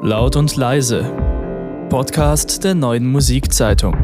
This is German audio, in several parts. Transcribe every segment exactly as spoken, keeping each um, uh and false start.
Laut und leise. Podcast der Neuen Musikzeitung.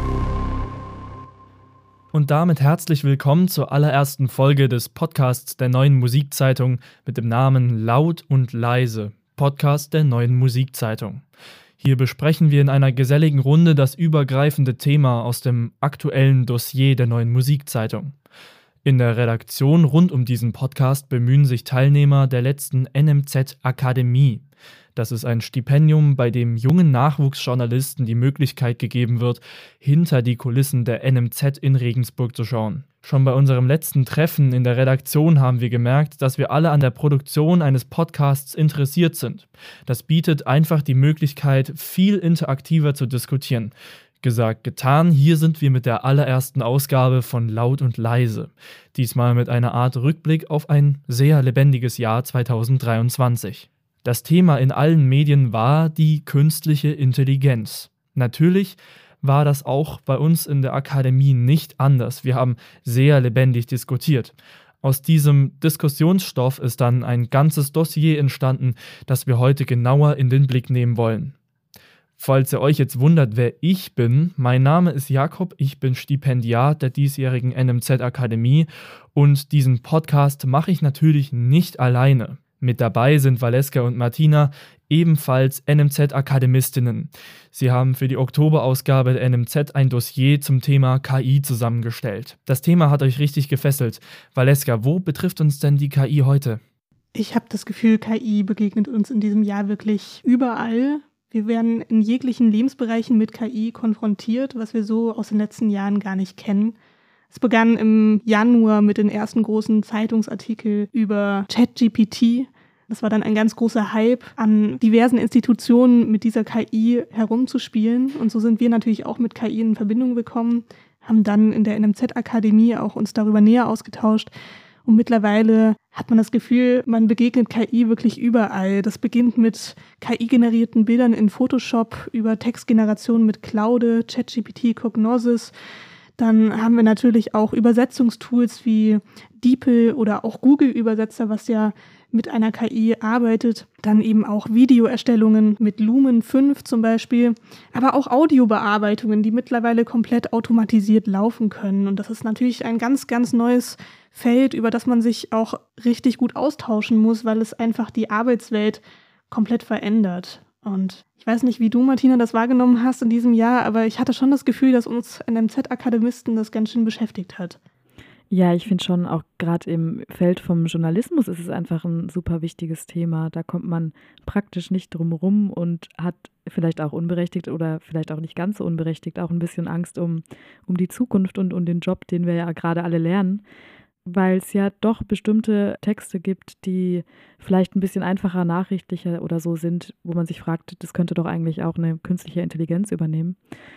Und damit herzlich willkommen zur allerersten Folge des Podcasts der Neuen Musikzeitung mit dem Namen Laut und leise. Podcast der Neuen Musikzeitung. Hier besprechen wir in einer geselligen Runde das übergreifende Thema aus dem aktuellen Dossier der Neuen Musikzeitung. In der Redaktion rund um diesen Podcast bemühen sich Teilnehmer der letzten N M Z-Akademie. Das ist ein Stipendium, bei dem jungen Nachwuchsjournalisten die Möglichkeit gegeben wird, hinter die Kulissen der N M Z in Regensburg zu schauen. Schon bei unserem letzten Treffen in der Redaktion haben wir gemerkt, dass wir alle an der Produktion eines Podcasts interessiert sind. Das bietet einfach die Möglichkeit, viel interaktiver zu diskutieren. Gesagt, getan, hier sind wir mit der allerersten Ausgabe von Laut und leise. Diesmal mit einer Art Rückblick auf ein sehr lebendiges Jahr zweitausenddreiundzwanzig. Das Thema in allen Medien war die künstliche Intelligenz. Natürlich war das auch bei uns in der Akademie nicht anders. Wir haben sehr lebendig diskutiert. Aus diesem Diskussionsstoff ist dann ein ganzes Dossier entstanden, das wir heute genauer in den Blick nehmen wollen. Falls ihr euch jetzt wundert, wer ich bin, mein Name ist Jakob, ich bin Stipendiat der diesjährigen N M Z-Akademie und diesen Podcast mache ich natürlich nicht alleine. Mit dabei sind Valeska und Martina, ebenfalls N M Z-Akademistinnen. Sie haben für die Oktoberausgabe der N M Z ein Dossier zum Thema K I zusammengestellt. Das Thema hat euch richtig gefesselt. Valeska, wo betrifft uns denn die K I heute? Ich habe das Gefühl, K I begegnet uns in diesem Jahr wirklich überall. Wir werden in jeglichen Lebensbereichen mit K I konfrontiert, was wir so aus den letzten Jahren gar nicht kennen. Es begann im Januar mit den ersten großen Zeitungsartikeln über ChatGPT. Das war dann ein ganz großer Hype, an diversen Institutionen mit dieser K I herumzuspielen. Und so sind wir natürlich auch mit K I in Verbindung gekommen, haben dann in der N M Z-Akademie auch uns darüber näher ausgetauscht. Und mittlerweile hat man das Gefühl, man begegnet K I wirklich überall. Das beginnt mit K I-generierten Bildern in Photoshop, über Textgeneration mit Claude, ChatGPT, Cognosis. Dann haben wir natürlich auch Übersetzungstools wie DeepL oder auch Google-Übersetzer, was ja mit einer K I arbeitet. Dann eben auch Videoerstellungen mit Lumen fünf zum Beispiel, aber auch Audiobearbeitungen, die mittlerweile komplett automatisiert laufen können. Und das ist natürlich ein ganz, ganz neues Feld, über das man sich auch richtig gut austauschen muss, weil es einfach die Arbeitswelt komplett verändert. Und ich weiß nicht, wie du, Martina, das wahrgenommen hast in diesem Jahr, aber ich hatte schon das Gefühl, dass uns N M Z-Akademisten das ganz schön beschäftigt hat. Ja, ich finde schon, auch gerade im Feld vom Journalismus ist es einfach ein super wichtiges Thema. Da kommt man praktisch nicht drum rum und hat vielleicht auch unberechtigt oder vielleicht auch nicht ganz so unberechtigt auch ein bisschen Angst um, um die Zukunft und um den Job, den wir ja gerade alle lernen. Weil es ja doch bestimmte Texte gibt, die vielleicht ein bisschen einfacher, nachrichtlicher oder so sind, wo man sich fragt, das könnte doch eigentlich auch eine künstliche Intelligenz übernehmen.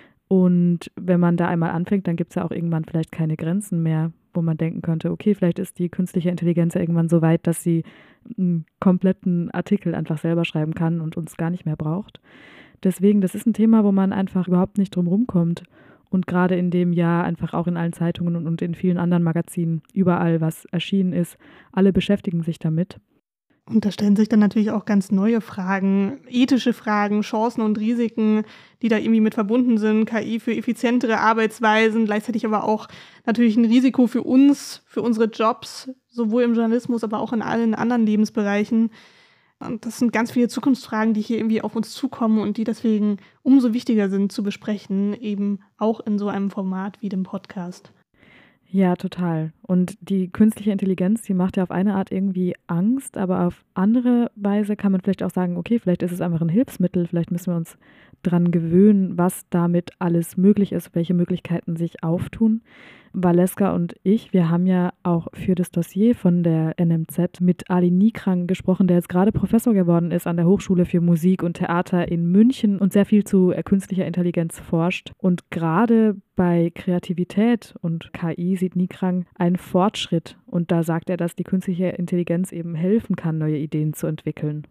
Und wenn man da einmal anfängt, dann gibt es ja auch irgendwann vielleicht keine Grenzen mehr, wo man denken könnte, okay, vielleicht ist die künstliche Intelligenz ja irgendwann so weit, dass sie einen kompletten Artikel einfach selber schreiben kann und uns gar nicht mehr braucht. Deswegen, das ist ein Thema, wo man einfach überhaupt nicht drum rumkommt. Und gerade in dem Jahr einfach auch in allen Zeitungen und in vielen anderen Magazinen, überall, was erschienen ist, alle beschäftigen sich damit. Und da stellen sich dann natürlich auch ganz neue Fragen, ethische Fragen, Chancen und Risiken, die da irgendwie mit verbunden sind. K I für effizientere Arbeitsweisen, gleichzeitig aber auch natürlich ein Risiko für uns, für unsere Jobs, sowohl im Journalismus, aber auch in allen anderen Lebensbereichen. Und das sind ganz viele Zukunftsfragen, die hier irgendwie auf uns zukommen und die deswegen umso wichtiger sind zu besprechen, eben auch in so einem Format wie dem Podcast. Ja, total. Und die künstliche Intelligenz, die macht ja auf eine Art irgendwie Angst, aber auf andere Weise kann man vielleicht auch sagen, okay, vielleicht ist es einfach ein Hilfsmittel, vielleicht müssen wir uns dran gewöhnen, was damit alles möglich ist, welche Möglichkeiten sich auftun. Valeska und ich, wir haben ja auch für das Dossier von der N M Z mit Ali Nikrang gesprochen, der jetzt gerade Professor geworden ist an der Hochschule für Musik und Theater in München und sehr viel zu künstlicher Intelligenz forscht. Und gerade bei Kreativität und K I sieht Nikrang einen Fortschritt. Und da sagt er, dass die künstliche Intelligenz eben helfen kann, neue Ideen zu entwickeln.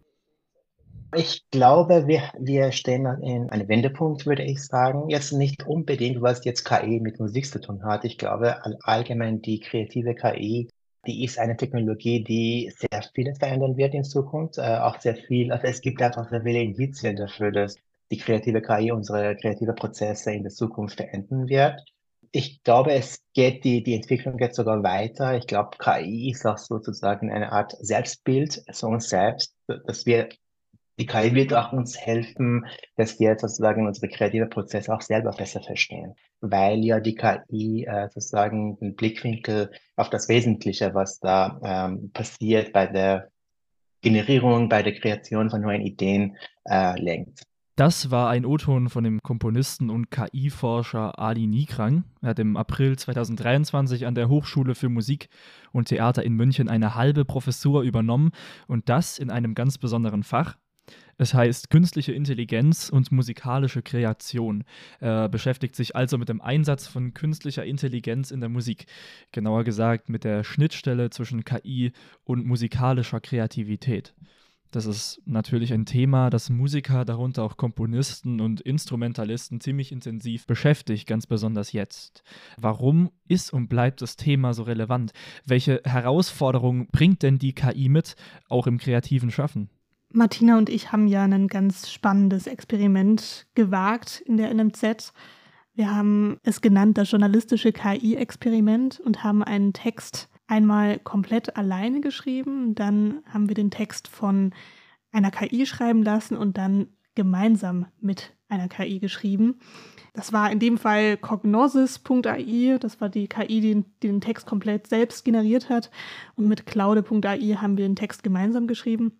Ich glaube, wir, wir stehen an einem Wendepunkt, würde ich sagen. Jetzt nicht unbedingt, was jetzt K I mit Musik zu tun hat. Ich glaube, all- allgemein die kreative K I Die ist eine Technologie, die sehr vieles verändern wird in Zukunft, äh, auch sehr viel. Also es gibt einfach sehr viele Indizien dafür, dass die kreative K I unsere kreative Prozesse in der Zukunft verändern wird. Ich glaube, es geht die, die Entwicklung geht sogar weiter. Ich glaube, K I ist auch sozusagen eine Art Selbstbild zu uns selbst, dass wir die K I wird auch uns helfen, dass wir sozusagen unsere kreative Prozesse auch selber besser verstehen, weil ja die K I äh, sozusagen den Blickwinkel auf das Wesentliche, was da ähm, passiert bei der Generierung, bei der Kreation von neuen Ideen äh, lenkt. Das war ein O-Ton von dem Komponisten und K I-Forscher Ali Nikrang. Er hat im April zweitausenddreiundzwanzig an der Hochschule für Musik und Theater in München eine halbe Professur übernommen und das in einem ganz besonderen Fach. Es heißt Künstliche Intelligenz und musikalische Kreation. Er beschäftigt sich also mit dem Einsatz von künstlicher Intelligenz in der Musik. Genauer gesagt mit der Schnittstelle zwischen K I und musikalischer Kreativität. Das ist natürlich ein Thema, das Musiker, darunter auch Komponisten und Instrumentalisten, ziemlich intensiv beschäftigt, ganz besonders jetzt. Warum ist und bleibt das Thema so relevant? Welche Herausforderungen bringt denn die K I mit, auch im kreativen Schaffen? Martina und ich haben ja ein ganz spannendes Experiment gewagt in der N M Z. Wir haben es genannt, das journalistische K I-Experiment, und haben einen Text einmal komplett alleine geschrieben. Dann haben wir den Text von einer K I schreiben lassen und dann gemeinsam mit einer K I geschrieben. Das war in dem Fall Cognosis Punkt A I. Das war die K I, die, die den Text komplett selbst generiert hat. Und mit Claude Punkt A I haben wir den Text gemeinsam geschrieben.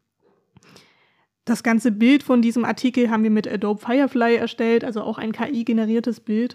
Das ganze Bild von diesem Artikel haben wir mit Adobe Firefly erstellt, also auch ein K I-generiertes Bild.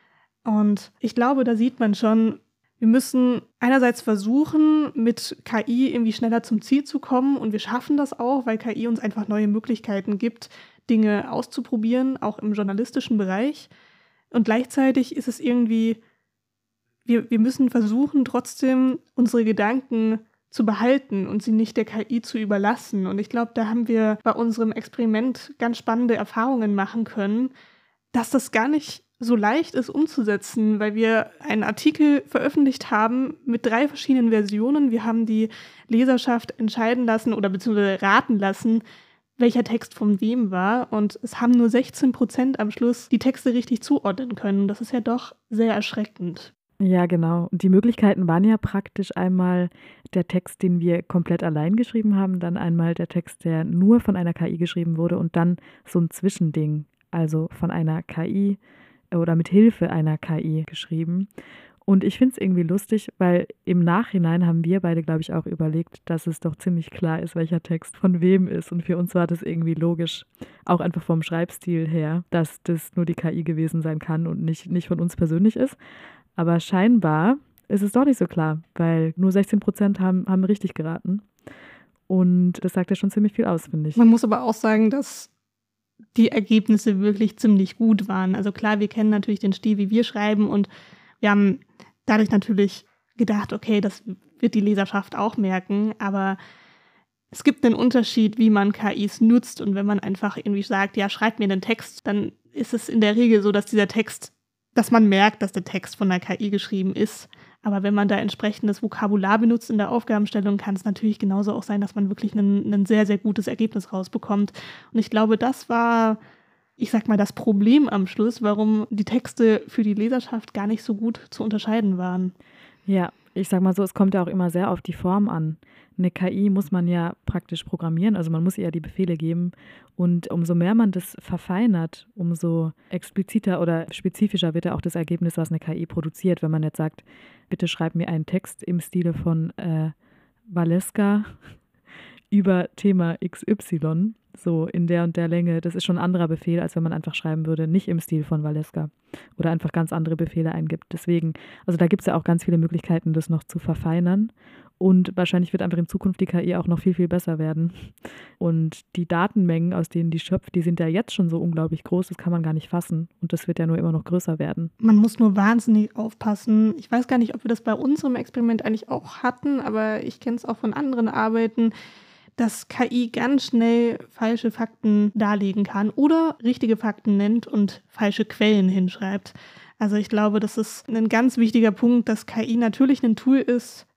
Und ich glaube, da sieht man schon, wir müssen einerseits versuchen, mit K I irgendwie schneller zum Ziel zu kommen, und wir schaffen das auch, weil K I uns einfach neue Möglichkeiten gibt, Dinge auszuprobieren, auch im journalistischen Bereich. Und gleichzeitig ist es irgendwie, wir, wir müssen versuchen, trotzdem unsere Gedanken zu behalten und sie nicht der K I zu überlassen. Und ich glaube, da haben wir bei unserem Experiment ganz spannende Erfahrungen machen können, dass das gar nicht so leicht ist umzusetzen, weil wir einen Artikel veröffentlicht haben mit drei verschiedenen Versionen. Wir haben die Leserschaft entscheiden lassen oder beziehungsweise raten lassen, welcher Text von wem war. Und es haben nur sechzehn Prozent am Schluss die Texte richtig zuordnen können. Das ist ja doch sehr erschreckend. Ja, genau. Und die Möglichkeiten waren ja praktisch einmal der Text, den wir komplett allein geschrieben haben, dann einmal der Text, der nur von einer K I geschrieben wurde, und dann so ein Zwischending, also von einer K I oder mit Hilfe einer K I geschrieben. Und ich finde es irgendwie lustig, weil im Nachhinein haben wir beide, glaube ich, auch überlegt, dass es doch ziemlich klar ist, welcher Text von wem ist. Und für uns war das irgendwie logisch, auch einfach vom Schreibstil her, dass das nur die K I gewesen sein kann und nicht, nicht von uns persönlich ist. Aber scheinbar ist es doch nicht so klar, weil nur sechzehn Prozent haben, haben richtig geraten. Und das sagt ja schon ziemlich viel aus, finde ich. Man muss aber auch sagen, dass die Ergebnisse wirklich ziemlich gut waren. Also klar, wir kennen natürlich den Stil, wie wir schreiben, und wir haben dadurch natürlich gedacht, okay, das wird die Leserschaft auch merken, aber es gibt einen Unterschied, wie man K Is nutzt, und wenn man einfach irgendwie sagt, ja, schreib mir den Text, dann ist es in der Regel so, dass dieser Text, dass man merkt, dass der Text von der K I geschrieben ist. Aber wenn man da entsprechendes Vokabular benutzt in der Aufgabenstellung, kann es natürlich genauso auch sein, dass man wirklich ein, ein sehr, sehr gutes Ergebnis rausbekommt. Und ich glaube, das war, ich sag mal, das Problem am Schluss, warum die Texte für die Leserschaft gar nicht so gut zu unterscheiden waren. Ja, ich sag mal so, es kommt ja auch immer sehr auf die Form an. Eine K I muss man ja praktisch programmieren, also man muss ihr ja die Befehle geben, und umso mehr man das verfeinert, umso expliziter oder spezifischer wird ja auch das Ergebnis, was eine K I produziert. Wenn man jetzt sagt, bitte schreib mir einen Text im Stile von äh, Valeska über Thema X Y, so in der und der Länge, das ist schon ein anderer Befehl, als wenn man einfach schreiben würde, nicht im Stil von Valeska, oder einfach ganz andere Befehle eingibt. Deswegen, also da gibt es ja auch ganz viele Möglichkeiten, das noch zu verfeinern. Und wahrscheinlich wird einfach in Zukunft die K I auch noch viel, viel besser werden. Und die Datenmengen, aus denen die schöpft, die sind ja jetzt schon so unglaublich groß, das kann man gar nicht fassen. Und das wird ja nur immer noch größer werden. Man muss nur wahnsinnig aufpassen. Ich weiß gar nicht, ob wir das bei unserem Experiment eigentlich auch hatten, aber ich kenne es auch von anderen Arbeiten, dass K I ganz schnell falsche Fakten darlegen kann oder richtige Fakten nennt und falsche Quellen hinschreibt. Also ich glaube, das ist ein ganz wichtiger Punkt, dass K I natürlich ein Tool ist,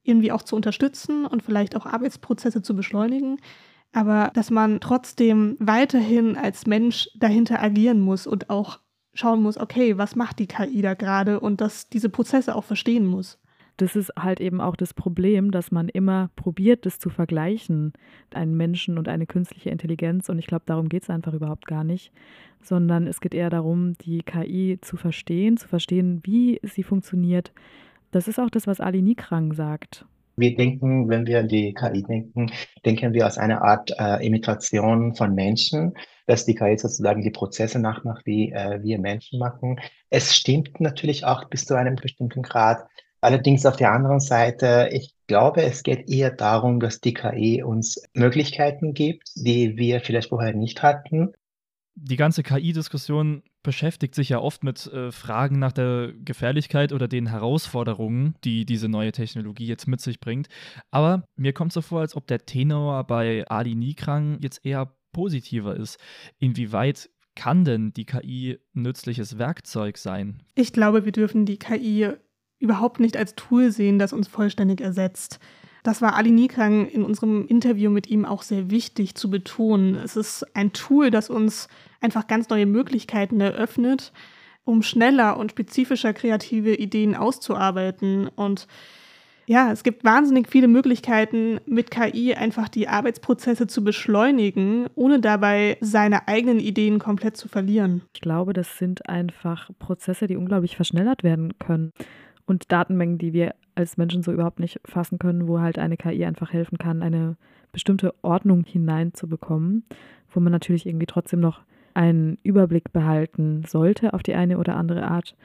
irgendwie auch zu unterstützen und vielleicht auch Arbeitsprozesse zu beschleunigen, aber dass man trotzdem weiterhin als Mensch dahinter agieren muss und auch schauen muss, okay, was macht die K I da gerade und dass diese Prozesse auch verstehen muss. Das ist halt eben auch das Problem, dass man immer probiert, das zu vergleichen, einen Menschen und eine künstliche Intelligenz. Und ich glaube, darum geht es einfach überhaupt gar nicht, sondern es geht eher darum, die K I zu verstehen, zu verstehen, wie sie funktioniert. Das ist auch das, was Ali Nikrang sagt. Wir denken, wenn wir an die K I denken, denken wir aus einer Art äh, Imitation von Menschen, dass die K I sozusagen die Prozesse nachmacht, wie äh, wir Menschen machen. Es stimmt natürlich auch bis zu einem bestimmten Grad. Allerdings auf der anderen Seite, ich glaube, es geht eher darum, dass die K I uns Möglichkeiten gibt, die wir vielleicht vorher nicht hatten. Die ganze K I-Diskussion beschäftigt sich ja oft mit äh, Fragen nach der Gefährlichkeit oder den Herausforderungen, die diese neue Technologie jetzt mit sich bringt. Aber mir kommt so vor, als ob der Tenor bei Ali Nikrang jetzt eher positiver ist. Inwieweit kann denn die K I ein nützliches Werkzeug sein? Ich glaube, wir dürfen die K I überhaupt nicht als Tool sehen, das uns vollständig ersetzt. Das war Ali Nikrang in unserem Interview mit ihm auch sehr wichtig zu betonen. Es ist ein Tool, das uns einfach ganz neue Möglichkeiten eröffnet, um schneller und spezifischer kreative Ideen auszuarbeiten. Und ja, es gibt wahnsinnig viele Möglichkeiten, mit K I einfach die Arbeitsprozesse zu beschleunigen, ohne dabei seine eigenen Ideen komplett zu verlieren. Ich glaube, das sind einfach Prozesse, die unglaublich verschnellert werden können. Und Datenmengen, die wir als Menschen so überhaupt nicht fassen können, wo halt eine K I einfach helfen kann, eine bestimmte Ordnung hineinzubekommen, wo man natürlich irgendwie trotzdem noch einen Überblick behalten sollte auf die eine oder andere Art.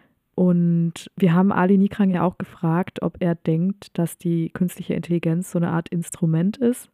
Und wir haben Ali Nikrang ja auch gefragt, ob er denkt, dass die künstliche Intelligenz so eine Art Instrument ist.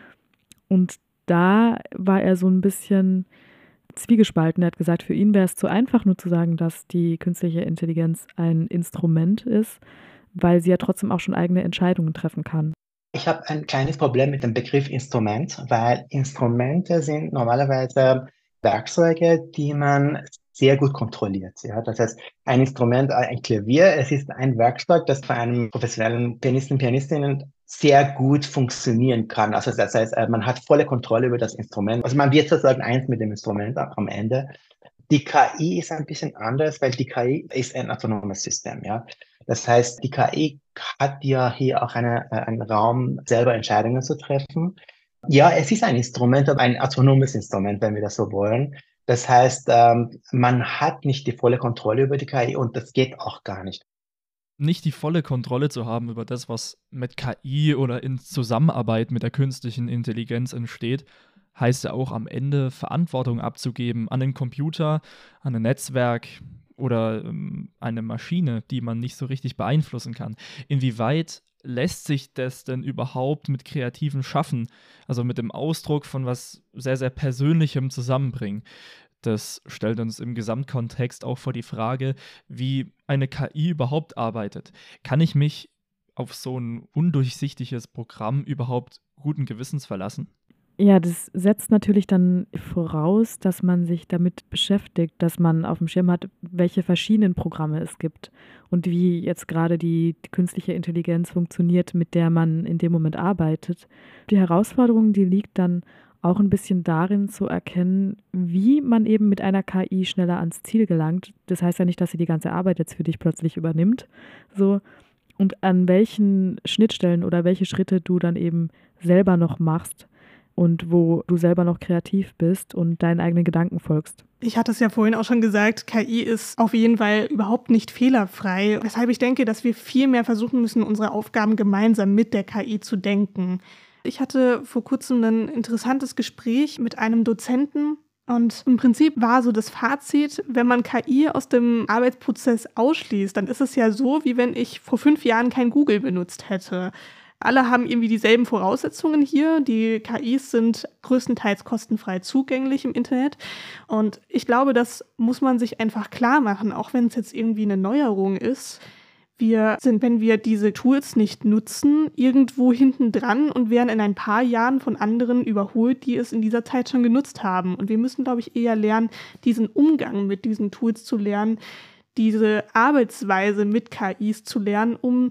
Und da war er so ein bisschen zwiegespalten. Er hat gesagt, für ihn wäre es zu einfach, nur zu sagen, dass die künstliche Intelligenz ein Instrument ist, weil sie ja trotzdem auch schon eigene Entscheidungen treffen kann. Ich habe ein kleines Problem mit dem Begriff Instrument, weil Instrumente sind normalerweise Werkzeuge, die man sehr gut kontrolliert. Ja? Das heißt, ein Instrument, ein Klavier, es ist ein Werkzeug, das bei einem professionellen Pianisten, Pianistinnen sehr gut funktionieren kann. Also das heißt, man hat volle Kontrolle über das Instrument. Also man wird sozusagen eins mit dem Instrument am Ende. Die K I ist ein bisschen anders, weil die K I ist ein autonomes System. Ja? Das heißt, die K I hat ja hier auch eine, einen Raum, selber Entscheidungen zu treffen. Ja, es ist ein Instrument, aber ein autonomes Instrument, wenn wir das so wollen. Das heißt, ähm, man hat nicht die volle Kontrolle über die K I und das geht auch gar nicht. Nicht die volle Kontrolle zu haben über das, was mit K I oder in Zusammenarbeit mit der künstlichen Intelligenz entsteht, heißt ja auch am Ende Verantwortung abzugeben an den Computer, an ein Netzwerk oder ähm, eine Maschine, die man nicht so richtig beeinflussen kann. Inwieweit lässt sich das denn überhaupt mit kreativem Schaffen, also mit dem Ausdruck von was sehr, sehr Persönlichem zusammenbringen? Das stellt uns im Gesamtkontext auch vor die Frage, wie eine K I überhaupt arbeitet. Kann ich mich auf so ein undurchsichtiges Programm überhaupt guten Gewissens verlassen? Ja, das setzt natürlich dann voraus, dass man sich damit beschäftigt, dass man auf dem Schirm hat, welche verschiedenen Programme es gibt und wie jetzt gerade die, die künstliche Intelligenz funktioniert, mit der man in dem Moment arbeitet. Die Herausforderung, die liegt dann auch ein bisschen darin zu erkennen, wie man eben mit einer K I schneller ans Ziel gelangt. Das heißt ja nicht, dass sie die ganze Arbeit jetzt für dich plötzlich übernimmt. So. Und an welchen Schnittstellen oder welche Schritte du dann eben selber noch machst und wo du selber noch kreativ bist und deinen eigenen Gedanken folgst. Ich hatte es ja vorhin auch schon gesagt, K I ist auf jeden Fall überhaupt nicht fehlerfrei. Weshalb ich denke, dass wir viel mehr versuchen müssen, unsere Aufgaben gemeinsam mit der K I zu denken. Ich hatte vor kurzem ein interessantes Gespräch mit einem Dozenten und im Prinzip war so das Fazit, wenn man K I aus dem Arbeitsprozess ausschließt, dann ist es ja so, wie wenn ich vor fünf Jahren kein Google benutzt hätte. Alle haben irgendwie dieselben Voraussetzungen hier. Die K Is sind größtenteils kostenfrei zugänglich im Internet. Und ich glaube, das muss man sich einfach klar machen, auch wenn es jetzt irgendwie eine Neuerung ist. Wir sind, wenn wir diese Tools nicht nutzen, irgendwo hinten dran und werden in ein paar Jahren von anderen überholt, die es in dieser Zeit schon genutzt haben. Und wir müssen, glaube ich, eher lernen, diesen Umgang mit diesen Tools zu lernen, diese Arbeitsweise mit K Is zu lernen, um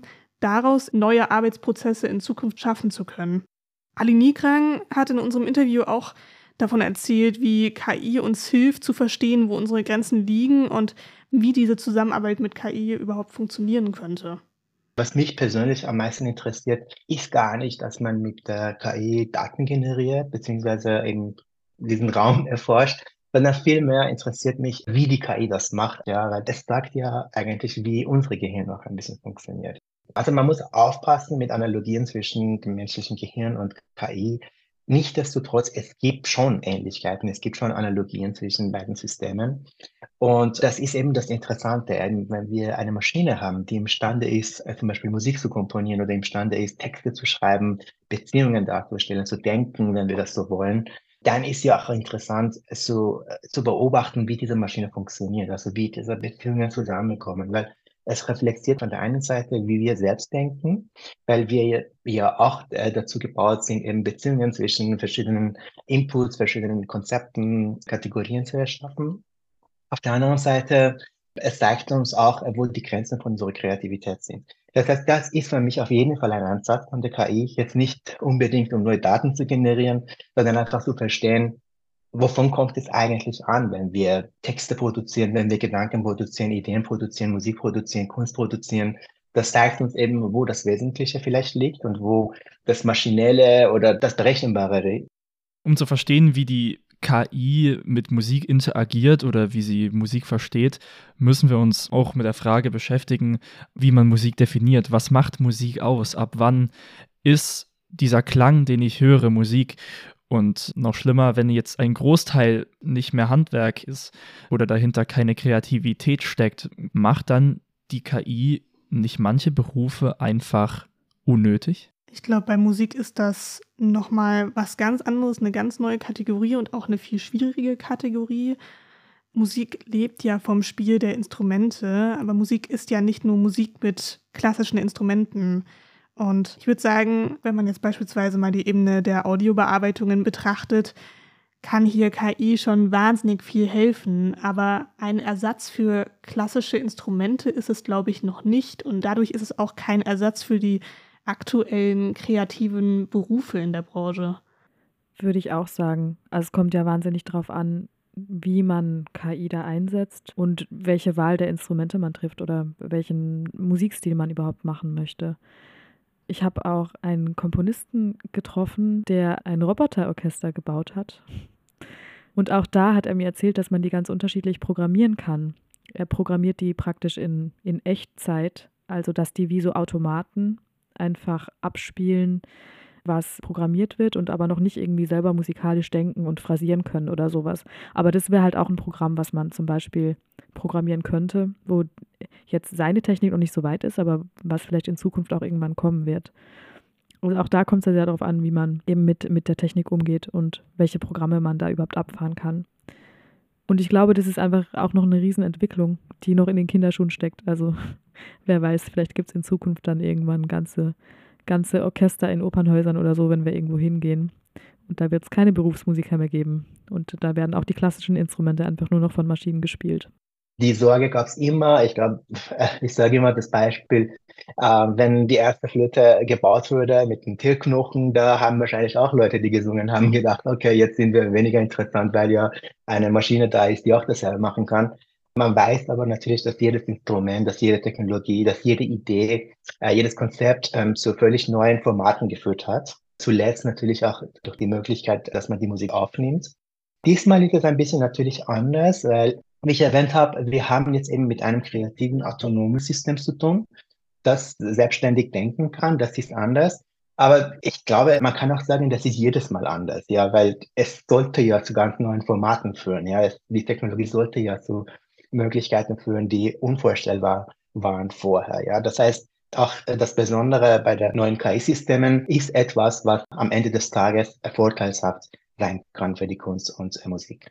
daraus neue Arbeitsprozesse in Zukunft schaffen zu können. Ali Nikrang hat in unserem Interview auch davon erzählt, wie K I uns hilft zu verstehen, wo unsere Grenzen liegen und wie diese Zusammenarbeit mit K I überhaupt funktionieren könnte. Was mich persönlich am meisten interessiert, ist gar nicht, dass man mit der K I Daten generiert, beziehungsweise eben diesen Raum erforscht, sondern vielmehr interessiert mich, wie die K I das macht, ja, weil das sagt ja eigentlich, wie unsere Gehirn auch ein bisschen funktioniert. Also man muss aufpassen mit Analogien zwischen dem menschlichen Gehirn und K I. Nichtsdestotrotz, es gibt schon Ähnlichkeiten, es gibt schon Analogien zwischen beiden Systemen. Und das ist eben das Interessante, wenn wir eine Maschine haben, die imstande ist, zum Beispiel Musik zu komponieren oder imstande ist, Texte zu schreiben, Beziehungen darzustellen, zu denken, wenn wir das so wollen, dann ist ja auch interessant, so, zu beobachten, wie diese Maschine funktioniert, also wie diese Beziehungen zusammenkommen, weil es reflektiert von der einen Seite, wie wir selbst denken, weil wir ja auch äh, dazu gebaut sind, eben Beziehungen zwischen verschiedenen Inputs, verschiedenen Konzepten, Kategorien zu erschaffen. Auf der anderen Seite, es zeigt uns auch, wo die Grenzen von unserer Kreativität sind. Das heißt, das ist für mich auf jeden Fall ein Ansatz von der K I, jetzt nicht unbedingt, um neue Daten zu generieren, sondern einfach zu verstehen, wovon kommt es eigentlich an, wenn wir Texte produzieren, wenn wir Gedanken produzieren, Ideen produzieren, Musik produzieren, Kunst produzieren. Das zeigt uns eben, wo das Wesentliche vielleicht liegt und wo das Maschinelle oder das Berechenbare liegt. Um zu verstehen, wie die K I mit Musik interagiert oder wie sie Musik versteht, müssen wir uns auch mit der Frage beschäftigen, wie man Musik definiert. Was macht Musik aus? Ab wann ist dieser Klang, den ich höre, Musik? Und noch schlimmer, wenn jetzt ein Großteil nicht mehr Handwerk ist oder dahinter keine Kreativität steckt, macht dann die K I nicht manche Berufe einfach unnötig? Ich glaube, bei Musik ist das nochmal was ganz anderes, eine ganz neue Kategorie und auch eine viel schwierige Kategorie. Musik lebt ja vom Spiel der Instrumente, aber Musik ist ja nicht nur Musik mit klassischen Instrumenten. Und ich würde sagen, wenn man jetzt beispielsweise mal die Ebene der Audiobearbeitungen betrachtet, kann hier K I schon wahnsinnig viel helfen. Aber ein Ersatz für klassische Instrumente ist es, glaube ich, noch nicht. Und dadurch ist es auch kein Ersatz für die aktuellen kreativen Berufe in der Branche. Würde ich auch sagen. Also es kommt ja wahnsinnig drauf an, wie man K I da einsetzt und welche Wahl der Instrumente man trifft oder welchen Musikstil man überhaupt machen möchte. Ich habe auch einen Komponisten getroffen, der ein Roboterorchester gebaut hat. Und auch da hat er mir erzählt, dass man die ganz unterschiedlich programmieren kann. Er programmiert die praktisch in, in Echtzeit, also dass die wie so Automaten einfach abspielen, was programmiert wird und aber noch nicht irgendwie selber musikalisch denken und phrasieren können oder sowas. Aber das wäre halt auch ein Programm, was man zum Beispiel programmieren könnte, wo jetzt seine Technik noch nicht so weit ist, aber was vielleicht in Zukunft auch irgendwann kommen wird. Und auch da kommt es ja sehr darauf an, wie man eben mit, mit der Technik umgeht und welche Programme man da überhaupt abfahren kann. Und ich glaube, das ist einfach auch noch eine Riesenentwicklung, die noch in den Kinderschuhen steckt. Also wer weiß, vielleicht gibt es in Zukunft dann irgendwann ganze ganze Orchester in Opernhäusern oder so, wenn wir irgendwo hingehen. Und da wird es keine Berufsmusiker mehr geben. Und da werden auch die klassischen Instrumente einfach nur noch von Maschinen gespielt. Die Sorge gab es immer. Ich glaube, ich sage immer das Beispiel, äh, wenn die erste Flöte gebaut wurde mit dem Tierknochen, da haben wahrscheinlich auch Leute, die gesungen haben, gedacht, okay, jetzt sind wir weniger interessant, weil ja eine Maschine da ist, die auch das selber machen kann. Man weiß aber natürlich, dass jedes Instrument, dass jede Technologie, dass jede Idee, äh, jedes Konzept ähm, zu völlig neuen Formaten geführt hat. Zuletzt natürlich auch durch die Möglichkeit, dass man die Musik aufnimmt. Diesmal ist es ein bisschen natürlich anders, weil, wie ich erwähnt habe, wir haben jetzt eben mit einem kreativen, autonomen System zu tun, das selbstständig denken kann. Das ist anders. Aber ich glaube, man kann auch sagen, das ist jedes Mal anders, ja, weil es sollte ja zu ganz neuen Formaten führen. Ja, es, die Technologie sollte ja zu Möglichkeiten führen, die unvorstellbar waren vorher. Ja, das heißt, auch das Besondere bei den neuen K I-Systemen ist etwas, was am Ende des Tages vorteilhaft sein kann für die Kunst und Musik.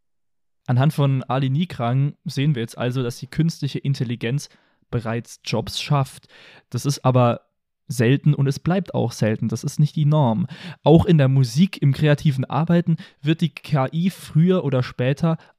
Anhand von Ali Nikrang sehen wir jetzt also, dass die künstliche Intelligenz bereits Jobs schafft. Das ist aber selten und es bleibt auch selten. Das ist nicht die Norm. Auch in der Musik, im kreativen Arbeiten wird die K I früher oder später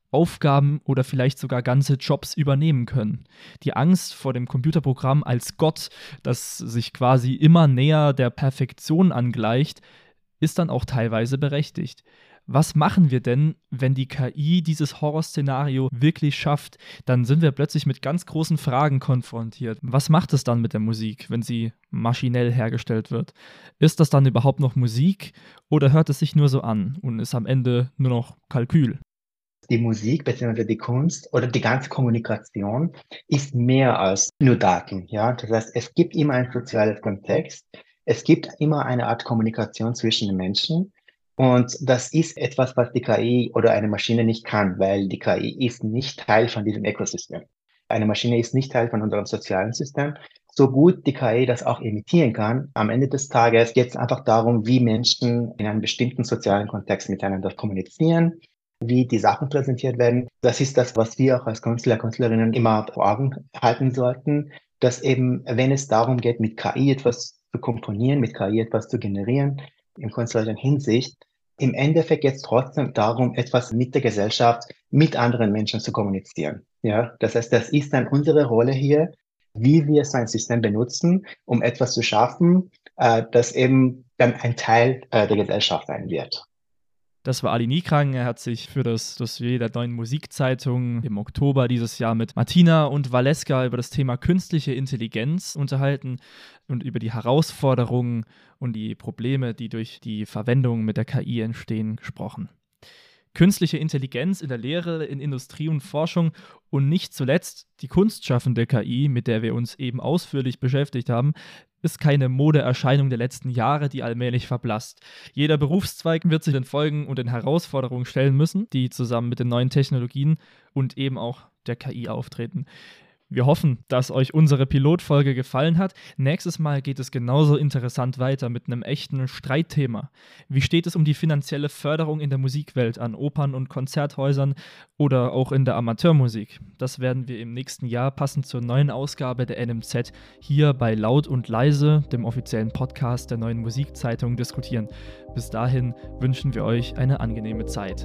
Aufgaben oder vielleicht sogar ganze Jobs übernehmen können. Die Angst vor dem Computerprogramm als Gott, das sich quasi immer näher der Perfektion angleicht, ist dann auch teilweise berechtigt. Was machen wir denn, wenn die K I dieses Horrorszenario wirklich schafft? Dann sind wir plötzlich mit ganz großen Fragen konfrontiert. Was macht es dann mit der Musik, wenn sie maschinell hergestellt wird? Ist das dann überhaupt noch Musik oder hört es sich nur so an und ist am Ende nur noch Kalkül? Die Musik bzw. die Kunst oder die ganze Kommunikation ist mehr als nur Daten. Ja? Das heißt, es gibt immer ein soziales Kontext. Es gibt immer eine Art Kommunikation zwischen den Menschen. Und das ist etwas, was die K I oder eine Maschine nicht kann, weil die K I ist nicht Teil von diesem Ökosystem. Eine Maschine ist nicht Teil von unserem sozialen System. So gut die K I das auch imitieren kann, am Ende des Tages geht es einfach darum, wie Menschen in einem bestimmten sozialen Kontext miteinander kommunizieren, wie die Sachen präsentiert werden. Das ist das, was wir auch als Künstler, Künstlerinnen immer vor Augen halten sollten, dass eben, wenn es darum geht, mit K I etwas zu komponieren, mit K I etwas zu generieren, in künstlerischer Hinsicht, im Endeffekt geht es trotzdem darum, etwas mit der Gesellschaft, mit anderen Menschen zu kommunizieren. Ja, das heißt, das ist dann unsere Rolle hier, wie wir so ein System benutzen, um etwas zu schaffen, äh, das eben dann ein Teil äh, der Gesellschaft sein wird. Das war Ali Nikrang. Er hat sich für das Dossier der Neuen Musikzeitung im Oktober dieses Jahr mit Martina und Valeska über das Thema künstliche Intelligenz unterhalten und über die Herausforderungen und die Probleme, die durch die Verwendung mit der K I entstehen, gesprochen. Künstliche Intelligenz in der Lehre, in Industrie und Forschung und nicht zuletzt die kunstschaffende K I, mit der wir uns eben ausführlich beschäftigt haben, ist keine Modeerscheinung der letzten Jahre, die allmählich verblasst. Jeder Berufszweig wird sich den Folgen und den Herausforderungen stellen müssen, die zusammen mit den neuen Technologien und eben auch der K I auftreten. Wir hoffen, dass euch unsere Pilotfolge gefallen hat. Nächstes Mal geht es genauso interessant weiter mit einem echten Streitthema. Wie steht es um die finanzielle Förderung in der Musikwelt an Opern- und Konzerthäusern oder auch in der Amateurmusik? Das werden wir im nächsten Jahr passend zur neuen Ausgabe der N M Z hier bei Laut und Leise, dem offiziellen Podcast der Neuen Musikzeitung, diskutieren. Bis dahin wünschen wir euch eine angenehme Zeit.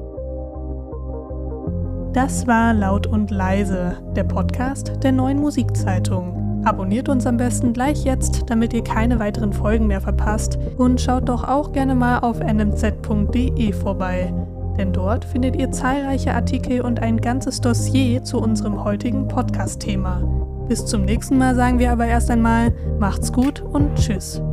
Das war Laut und Leise, der Podcast der Neuen Musikzeitung. Abonniert uns am besten gleich jetzt, damit ihr keine weiteren Folgen mehr verpasst und schaut doch auch gerne mal auf n m z punkt d e vorbei, denn dort findet ihr zahlreiche Artikel und ein ganzes Dossier zu unserem heutigen Podcast-Thema. Bis zum nächsten Mal sagen wir aber erst einmal, macht's gut und tschüss.